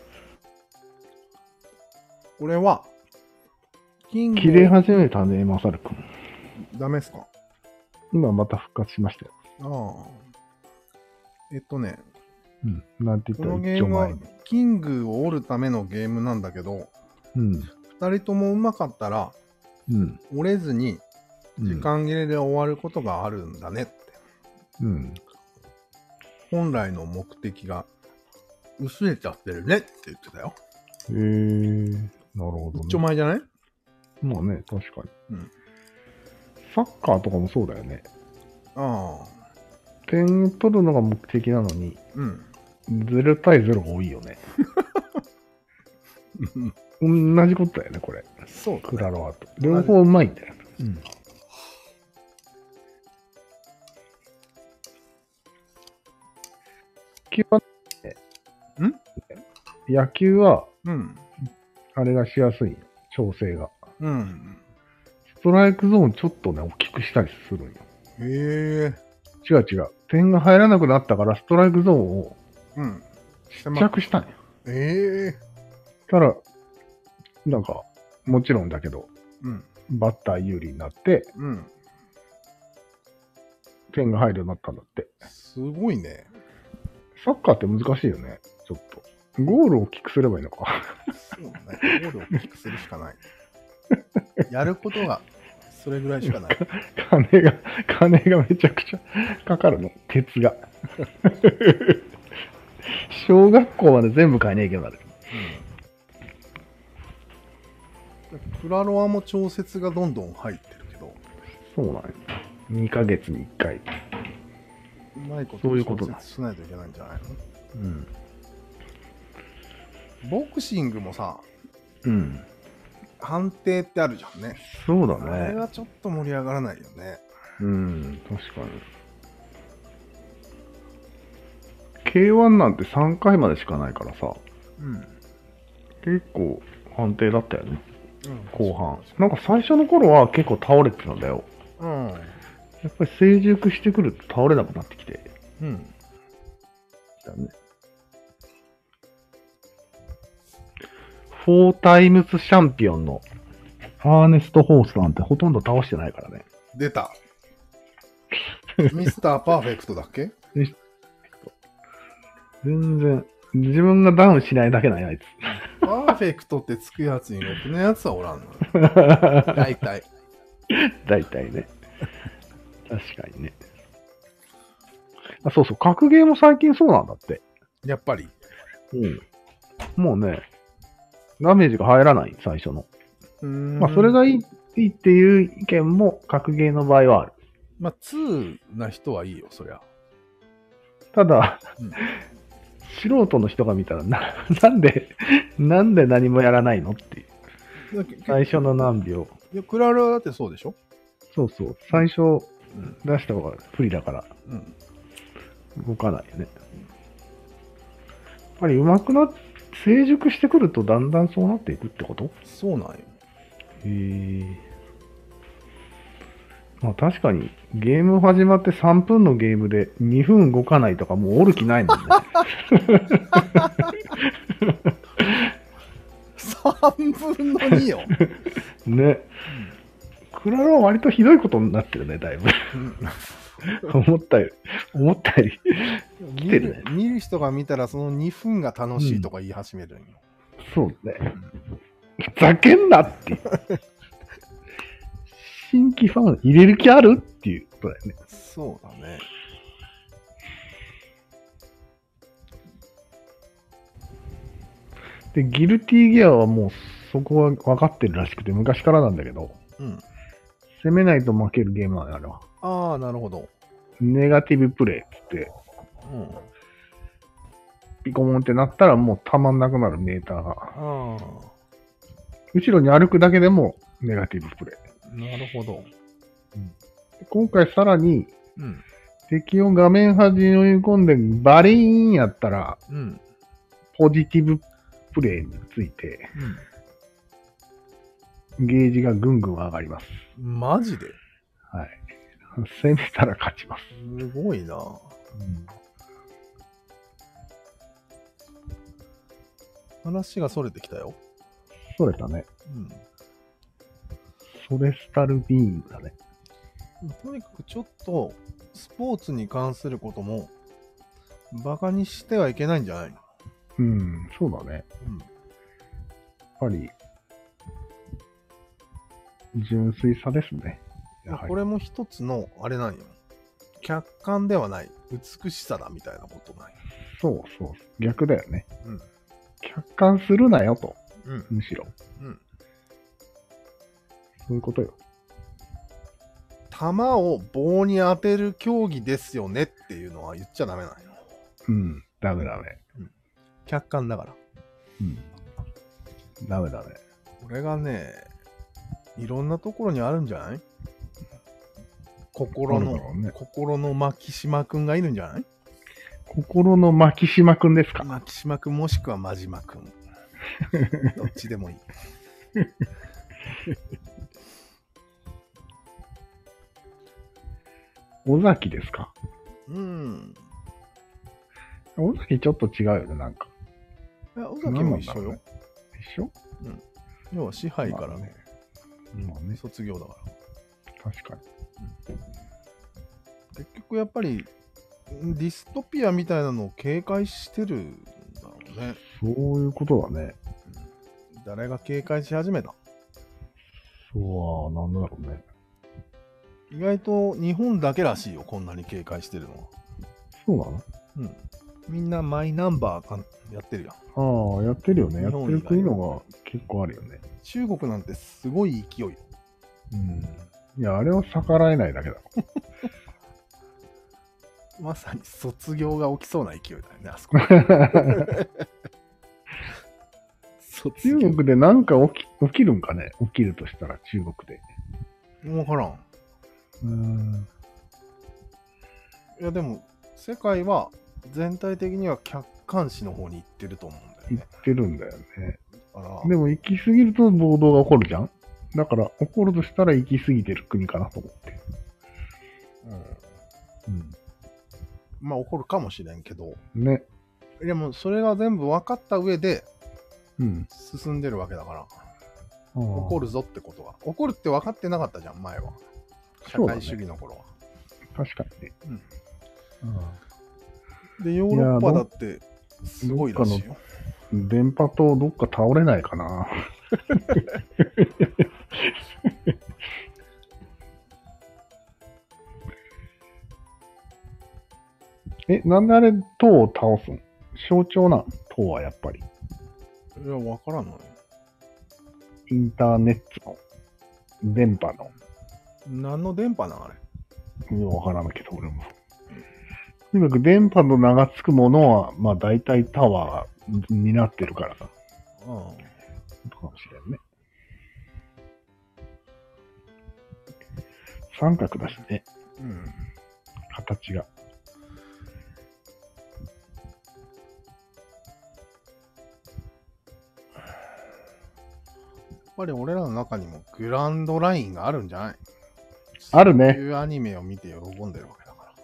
俺は、キングを切れ始めたね、マサル君。 ダメっすか？ 今また復活しましたよ。 ああ。えっとね、 うん。なんて言こったらのゲームは一丁前に。 キングを折るためのゲームなんだけど、 うん。 二人とも上手かったらうん。 折れずにうん時間切れで終わることがあるんだねって。 うん。 本来の目的が薄れちゃってるねって言ってたよ。 へえー、なるほど、ね。 一丁前じゃない？ まあね、確かに。 うん。 サッカーとかもそうだよね。 ああ。 点取るのが目的なのに、 うん。 ゼロ対ゼロが多いよね。同じことだよね、これ。 そうだね。 クラロワと。両方うまいんだよ。うん。野球はね、 ん野球は、 うん。 あれがしやすいよ。調整が。 うん。 ストライクゾーンちょっとね、大きくしたりするんよ。 へえ。 違う違う。点が入らなくなったから、ストライクゾーンをうん。 ちっちゃくしたんよ。 ええ。 たら、なんか、もちろんだけど、 うん。 バッター有利になって、 うん。 点が入るようになったんだって。 すごいね。 サッカーって難しいよね、ちょっと。ゴールを大きくすればいいのか。 そうね。ゴールを大きくするしかない。やることが、それぐらいしかない。 金が、金がめちゃくちゃかかるの。鉄が。小学校まで全部買えねえけどなる。 うん。クラロワも調節がどんどん入ってるけど。 そうなんよ。にかげつにいっかい。 うまいこそういうとことだ調節しないといけないんじゃないの？ うん。 ボクシングもさ、 うん。 判定ってあるじゃんね。 そうだあれね。 はちょっと盛り上がらないよね。 うん、確かに。ケーワン なんてさんかいまでしかないからさ、 うん。 結構安定だったよね、 うん、 後半。なんか最初の頃は結構倒れてたんだよ。 うん。 やっぱり成熟してくると倒れなくなってきて。 うん。 だね。フォータイムズチャンピオンのアーネスト・ホースなんてほとんど倒してないからね。 出た。ミスターパーフェクトだっけ？ 全然、自分がダウンしないだけなんや、あいつ。 パーフェクトってつくやつにろくのやつはおらんの。大体。 大体ね。確かにね。あ、そうそう、格ゲーも最近そうなんだって。 やっぱり。 うん。もうね、ダメージが入らない、最初の。 うーん。 まあ、それがいい、いいっていう意見も格ゲーの場合はある。 まあ、ツーな人はいいよ、そりゃ。 ただ、 うん、 素人の人が見たらな、なんで、なんで何もやらないのっていう。最初の何秒。 いや、クララだってそうでしょ？ そうそう。最初出した方が不利だから、 うん、 動かないよね。やっぱり上手くなっ、成熟してくるとだんだんそうなっていくってこと？ そうなんよ。 へえ。まあ確かに、ゲーム始まってさんぷんのゲームでにふん動かないとかもうおる気ないもんね。 さんぶんのによ。 ね。クラロは割とひどいことになってるね、だいぶ。思ったより、思ったより来てるね。 見る人が見たらそのにふんが楽しいとか言い始めるんよ。 うん、そうね。ふざけんなっていう。新規ファン入れる気あるっていうことだよね。 そうだね。 で、ギルティギアはもうそこは分かってるらしくて、昔からなんだけど、 うん、 攻めないと負けるゲームなのよ、あれは。 ああ、なるほど。 ネガティブプレイって言って、うん、ピコモンってなったらもうたまんなくなるメーターが。あ、後ろに歩くだけでもネガティブプレイ。 なるほど。 今回さらに、 うん。 敵を画面端に追い込んでバリーンやったら、 うん。 ポジティブプレイについて、 うん。 ゲージがぐんぐん上がります。 マジではい。攻めたら勝ちます。 すごいな。 うん、 話がそれてきたよ。 それだね。 うん。 ソレスタルビームだね。 とにかくちょっと、スポーツに関することも、バカにしてはいけないんじゃないの？ うん、そうだね。 うん。 やっぱり、純粋さですね。やはりこれも一つの、あれなんよ。客観ではない、美しさだみたいなことなんよ。 そうそう。逆だよね。 うん。 客観するなよと。 うん。 むしろ。 うん。 そういうことよ。 球を棒に当てる競技ですよねっていうのは言っちゃダメなんよ。 うん。ダメダメ。 うん。客観だから。 うん。ダメだね。 これがね、いろんなところにあるんじゃない？心の、ね、心の牧島くんがいるんじゃない？ 心の牧島くんですか？ 牧島くんもしくは真島くん。どっちでもいい。 尾崎ですか？ うん。 尾崎ちょっと違うよね、なんか。 いや、尾崎も一緒よ。 ね、一緒？ うん。要は支配からね。 まあね。 卒業だから。 確かに。 うん、結局やっぱり、ディストピアみたいなのを警戒してるんだろうね。 そういうことだね。 うん、誰が警戒し始めた？ そうは、なんだろうね。 意外と日本だけらしいよ、こんなに警戒してるのは。 そうなの？ うん。みんなマイナンバーかやってるやん。 ああ、やってるよね。やってる国のが結構あるよね。 中国なんてすごい勢いよ。 うん。いや、あれは逆らえないだけだろ。 まさに卒業が起きそうな勢いだよね、あそこ。 中国で何か起き、起きるんかね？起きるとしたら中国で。 わからん。 うーん。 いやでも、世界は全体的には客観視の方に行ってると思うんだよね。 行ってるんだよね。 あらでも行き過ぎると暴動が起こるじゃん？だから起こるとしたら行き過ぎてる国かなと思って。 うん。うん。まあ起こるかもしれんけど。 ね。 でもそれが全部分かった上で、 うん。 進んでるわけだから、 うん、 起こるぞってことが。起こるって分かってなかったじゃん、前は。社会主義の頃は。ね、 確かにね。 うん。うん、で、ヨーロッパだってすごいらしいよ。 電波塔どっか倒れないかな。え、なんであれ塔を倒すん？象徴なん？塔はやっぱり。 いや、わからんのよ。 インターネットの電波の。 何の電波なんあれ？ いや、わからんけど、俺も。とにかく電波の名がつくものは、まあ大体タワーになってるからさ。 うん。 かもしれんね。三角だしね。 うん。 形が。 やっぱり俺らの中にもグランドラインがあるんじゃない？ あるね。 そういうアニメを見て喜んでるわけだから。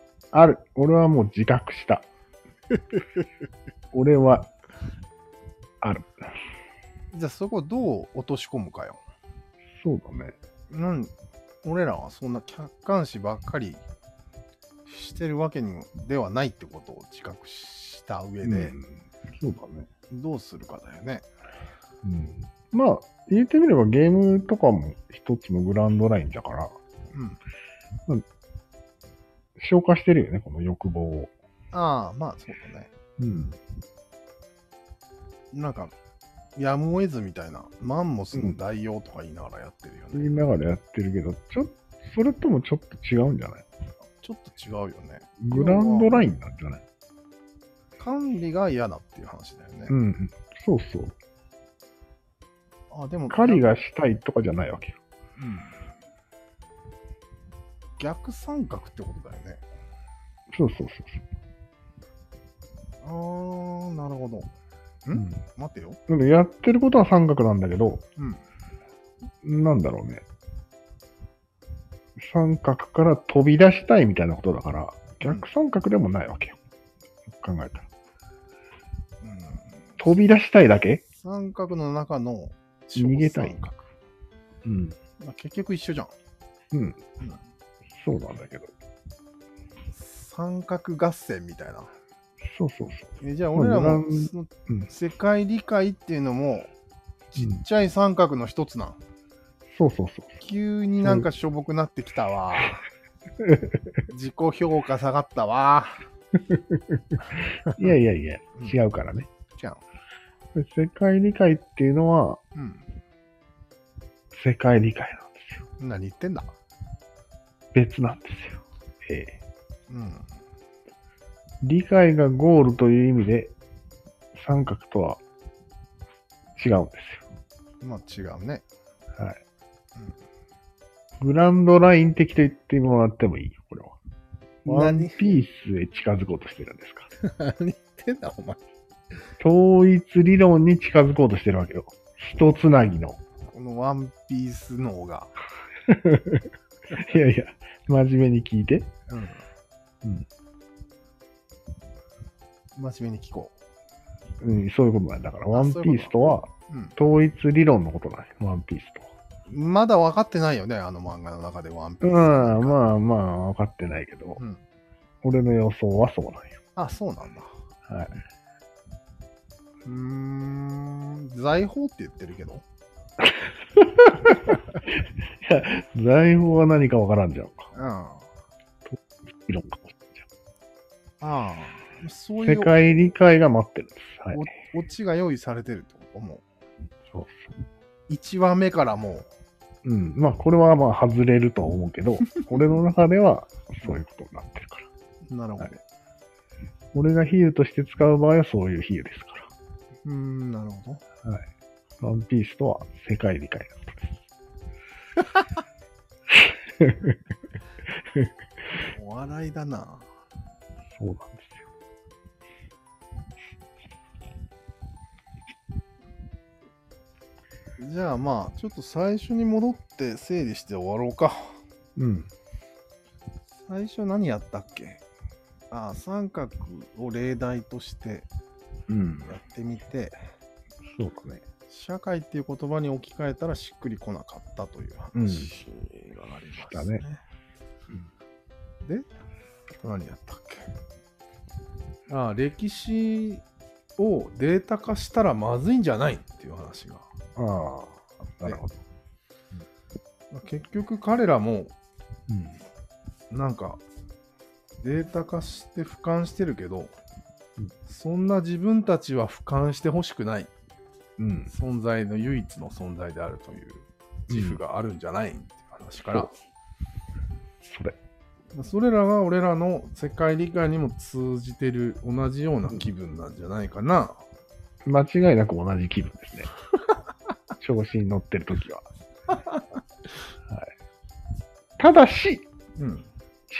ある。俺はもう自覚した。俺は、ある。 じゃあそこをどう落とし込むかよ。 そうだね。 なん、俺らはそんな客観視ばっかりしてるわけにではないってことを自覚した上で、うん、 そうだね。 どうするかだよね。 うん。まあ、言ってみればゲームとかも一つのグランドラインだから、うん。消化してるよね、この欲望を。 ああ、まあそうだね。 うん。 なんか、やむを得ずみたいな、マンモスの代用とか言いながらやってるよね。 言いながらやってるけど、ちょっと、それともちょっと違うんじゃない？ ちょっと違うよね。 グランドラインなんじゃない？ 管理が嫌だっていう話だよね。 うん。そうそう。 あ、でも。 狩りがしたいとかじゃないわけよ。 うん。 逆三角ってことだよね。 そうそうそうあー、なるほど。ん、 そう。うん。 待てよ。 でもやってることは三角なんだけど、 うん。 なんだろうね。三角から飛び出したいみたいなことだから、逆三角でもないわけよ。考えたら。 うん、 飛び出したいだけ？ 三角の中の逃げたい。 小三角。 うん。 まあ、結局一緒じゃん。 うん。 うん。 そうなんだけど。 三角合戦みたいな。 そうそうそう。 えじゃあ俺らも、そのうん、 世界理解っていうのもちっちゃい三角の一つなん。 そうそうそう。 急になんかしょぼくなってきたわ。自己評価下がったわ。 いやいやいや、違うからね。 違う。 世界理解っていうのは、 うん、 世界理解なんですよ。 何言ってんだ。 別なんですよ。ええ。 うん。 理解がゴールという意味で、三角とは違うんですよ。まあ違うね。 はい。うん、グランドライン的と言ってもらってもいいよ、これは。ワンピースへ近づこうとしてるんですか。 何言ってんだ、お前。 統一理論に近づこうとしてるわけよ。一つなぎの。 このワンピース脳が。 いやいや、真面目に聞いて。 うん。うん。真面目に聞こう。うん、そういうことなんだから。ワンピースとは、 うん、 統一理論のことなんよ、ワンピースとは。 まだ分かってないよね、あの漫画の中でワンピース。 まあまあまあ、分かってないけど、うん、俺の予想はそうなんよ。 あ、そうなんだ。 はい。 うーん、財宝って言ってるけど。 いや、財宝は何か分からんじゃんか。 うん。 理論かもしれんじゃん。ああ、そういう。 世界理解が待ってるんです。はい。 オチが用意されてるってこともう。 そうそう。 いちわめからもう。 うん。まあ、これはまあ、外れるとは思うけど、俺の中ではそういうことになってるから。 なるほど。はい、 俺が比喩として使う場合はそういう比喩ですから。 うーん、なるほど。はい。ワンピースとは世界理解のことです。 お笑いだな。 そうなんですよ。じゃあまあ、ちょっと最初に戻って整理して終わろうか。 うん。 最初何やったっけ？ああ、三角を例題としてやってみて、 うん、そうだね。 社会っていう言葉に置き換えたらしっくりこなかったという話がありましたね。うん、で、何やったっけ？ああ、歴史をデータ化したらまずいんじゃないっていう話がああ、なるほど。 うん、結局彼らも、うん、なんかデータ化して俯瞰してるけど、うん、そんな自分たちは俯瞰してほしくない、うん、存在の唯一の存在であるという自負があるんじゃないっていう話から、うん、 それそれらが俺らの世界理解にも通じてる同じような気分なんじゃないかな。 間違いなく同じ気分ですね。調子に乗ってるときは、はい。ただし、うん、違うんです。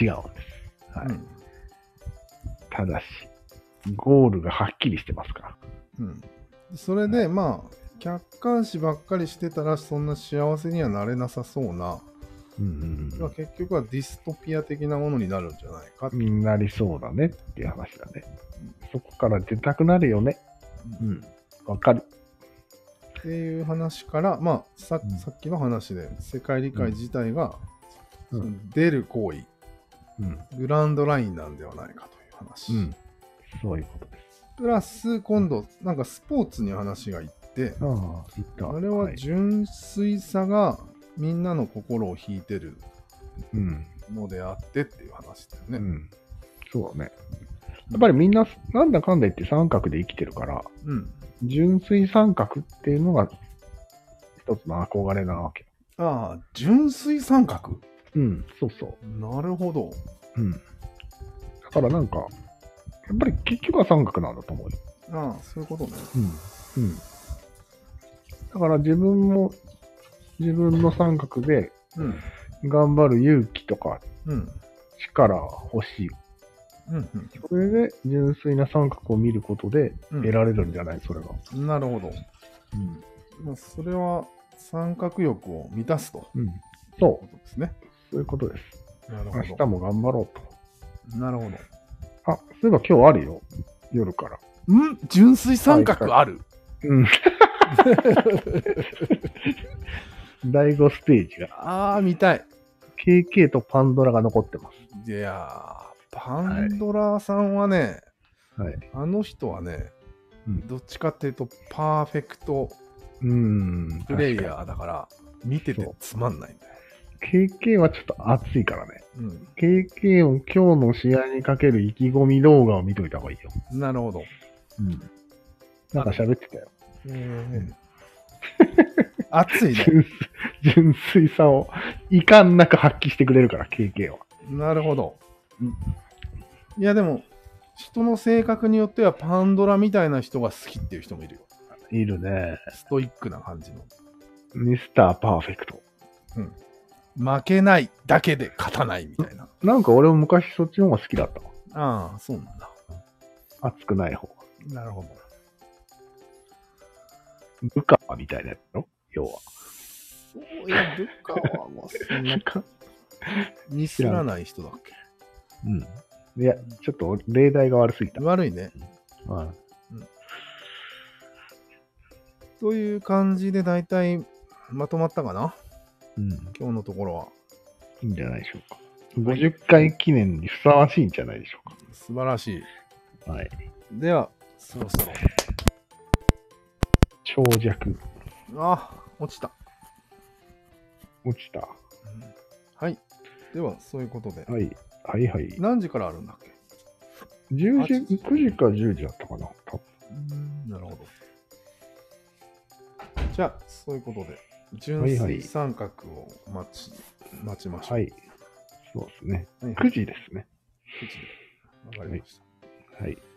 はい。うん、ただし、ゴールがはっきりしてますから。 うん。それで、はい、まあ、客観視ばっかりしてたらそんな幸せにはなれなさそうな。うんうんうん、結局はディストピア的なものになるんじゃないかってなりそうだねっていう話だね。うん、そこから出たくなるよね。うん。わかる。 っていう話から、まあ さ, うん、さっきの話で世界理解自体が、うん、その出る行為、うん、グランドラインなんではないかという話。うん、 そういうことです。 プラス今度なんかスポーツに話がいって、あ, あ, あれは純粋さがみんなの心を引いてるのであってっていう話だよね。うん、 そうだね。やっぱりみんななんだかんだ言って三角で生きてるから、うん、純粋三角っていうのが一つの憧れなわけ。 ああ、純粋三角？ うん、そうそう。 なるほど。 うん。だからなんか、やっぱり結局は三角なんだと思うよ。 ああ、そういうことね。 うん。うん。だから自分も自分の三角で頑張る勇気とかうん。 力欲しい。 うんうん。 それで純粋な三角を見ることでうん得られるんじゃない、それが。 なるほど。 うん。 まあ、それは三角欲を満たすとうん。 いうそことですね。 う。そういうことです。 なるほ明日ど。 も頑張ろうと。 なるほど。 あ、そういえば今日あるよ。夜から。 ん純粋三角ある。 うん。だいごステージが。 ああ、見たい。 ケーケー とパンドラが残ってます。 いやー、パンドラさんはね、 はい。 あの人はね、 うんどっちかっていうとパーフェクトうーん。 プレイ確かヤーだから、見ててつまんないんだよ。 に ケーケー はちょっと熱いからね。 うん。 ケーケー を今日の試合にかける意気込み動画を見といた方がいいよ。 なるほど。 うん。なんか喋ってたよ。 えー、熱いね。 純純粋さを遺憾なく発揮してくれるから、ケーケー は。 なるほど。いやでも、人の性格によってはパンドラみたいな人が好きっていう人もいるよ。 いるね。 ストイックな感じの。 ミスターパーフェクト。 負けないだけで勝たないみたいな。 なんか俺も昔そっちの方が好きだったわ。 ああ、そうなんだ。 熱くない方が。 なるほど。 部下みたいなやつよ、要は。 そういや、部下はもうそんなミスらない人だっけ。 うん。いや、ちょっと例題が悪すぎた。 悪いね。 うん。 という感じで大体まとまったかな、 うん。 今日のところは。 いいんじゃないでしょうか。ごじゅっかい記念にふさわしいんじゃないでしょう素晴らしい。 か。はい。 では、そろそろ。 長尺。 あ、落ちた。 落ちた。 はい。では、そういうことで。 はい。はいはい。 何時からあるんだっけ？ じゅうじ、くじかじゅうじだったかな。多分。 なるほど。じゃあ、そういうことで、純はいはい粋三角を待ち、待ちましょう。 はい。そうですね。 はいはいくじですね。 くじでわかりました。 はい。